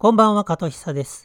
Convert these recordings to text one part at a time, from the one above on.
こんばんは、加藤久です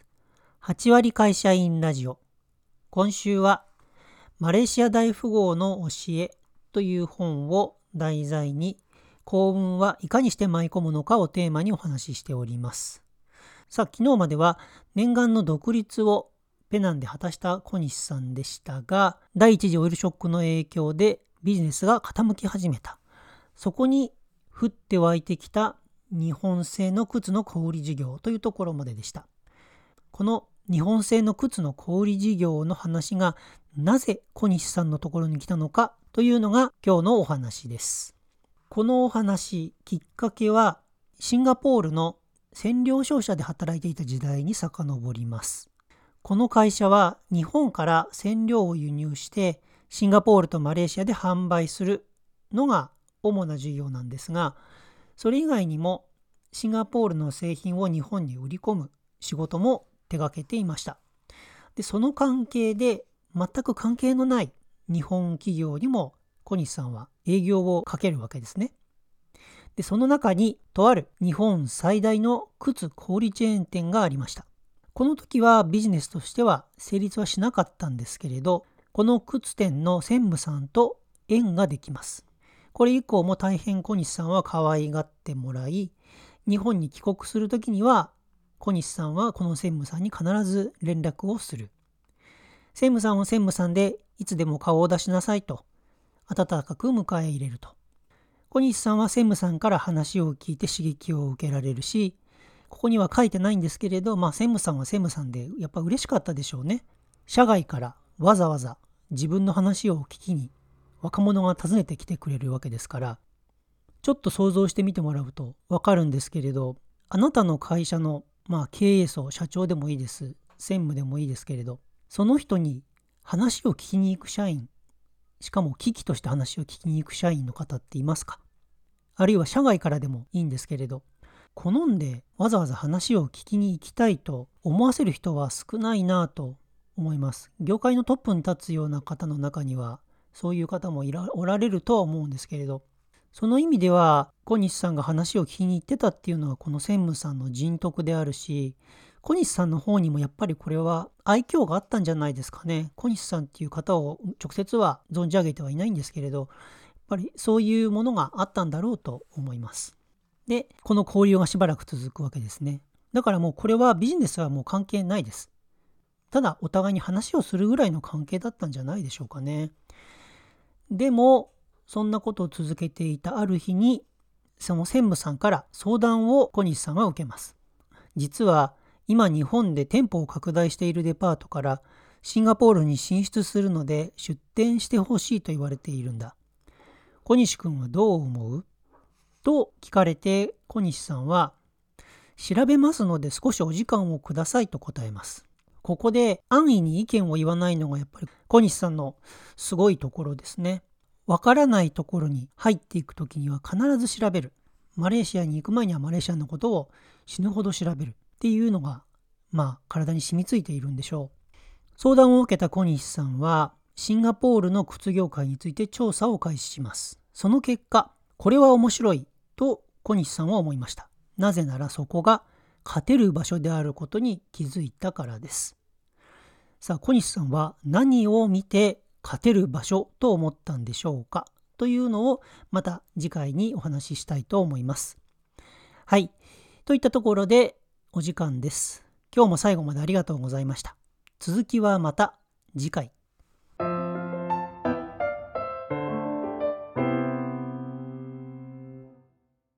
。8割会社員ラジオ。今週はマレーシア大富豪の教えという本を題材に、幸運はいかにして舞い込むのかをテーマにお話ししております。さあ、昨日までは念願の独立をペナンで果たした小西さんでしたが、第一次オイルショックの影響でビジネスが傾き始めた。そこに降って湧いてきた日本製の靴の小売事業というところまででした。この日本製の靴の小売事業の話がなぜ小西さんのところに来たのかというのが今日のお話です。このお話、きっかけはシンガポールの染料商社で働いていた時代に遡ります。この会社は日本から染料を輸入してシンガポールとマレーシアで販売するのが主な事業なんですが、それ以外にもシンガポールの製品を日本に売り込む仕事も手掛けていました。で、その関係で全く関係のない日本企業にも小西さんは営業をかけるわけですね。で、その中にとある日本最大の靴小売チェーン店がありました。この時はビジネスとしては成立はしなかったんですけれど、この靴店の専務さんと縁ができます。これ以降も大変小西さんは可愛がってもらい、日本に帰国するときには小西さんはこの専務さんに必ず連絡をする。専務さんは専務さんでいつでも顔を出しなさいと温かく迎え入れると。小西さんは専務さんから話を聞いて刺激を受けられるし、ここには書いてないんですけれど、専務さんは専務さんでやっぱ嬉しかったでしょうね。社外からわざわざ自分の話を聞きに若者が訪ねてきてくれるわけですから、ちょっと想像してみてもらうとわかるんですけれど、あなたの会社の経営層、社長でもいいです、専務でもいいですけれど、その人に話を聞きに行く社員、しかも危機として話を聞きに行く社員の方っていますか？あるいは社外からでもいいんですけれど、好んでわざわざ話を聞きに行きたいと思わせる人は少ないなぁと思います。業界のトップに立つような方の中にはそういう方もおられるとは思うんですけれど、その意味では小西さんが話を聞きに行ってたっていうのはこの専務さんの人徳であるし、小西さんの方にもやっぱりこれは愛嬌があったんじゃないですかね。小西さんっていう方を直接は存じ上げてはいないんですけれど、やっぱりそういうものがあったんだろうと思います。で、この交流がしばらく続くわけですね。だからもうこれはビジネスはもう関係ないです。ただお互いに話をするぐらいの関係だったんじゃないでしょうかね。でもそんなことを続けていたある日に、その専務さんから相談を小西さんは受けます。実は今日本で店舗を拡大しているデパートからシンガポールに進出するので出店してほしいと言われているんだ。小西君はどう思う？と聞かれて、小西さんは調べますので少しお時間をくださいと答えます。ここで安易に意見を言わないのがやっぱり小西さんのすごいところですね。わからないところに入っていくときには必ず調べる。マレーシアに行く前にはマレーシアのことを死ぬほど調べるっていうのが体に染みついているんでしょう。相談を受けた小西さんはシンガポールの靴業界について調査を開始します。その結果、これは面白いと小西さんは思いました。なぜならそこが勝てる場所であることに気づいたからです。さあ、小西さんは何を見て勝てる場所と思ったんでしょうかというのをまた次回にお話ししたいと思います。はい。といったところでお時間です。今日も最後までありがとうございました。続きはまた次回。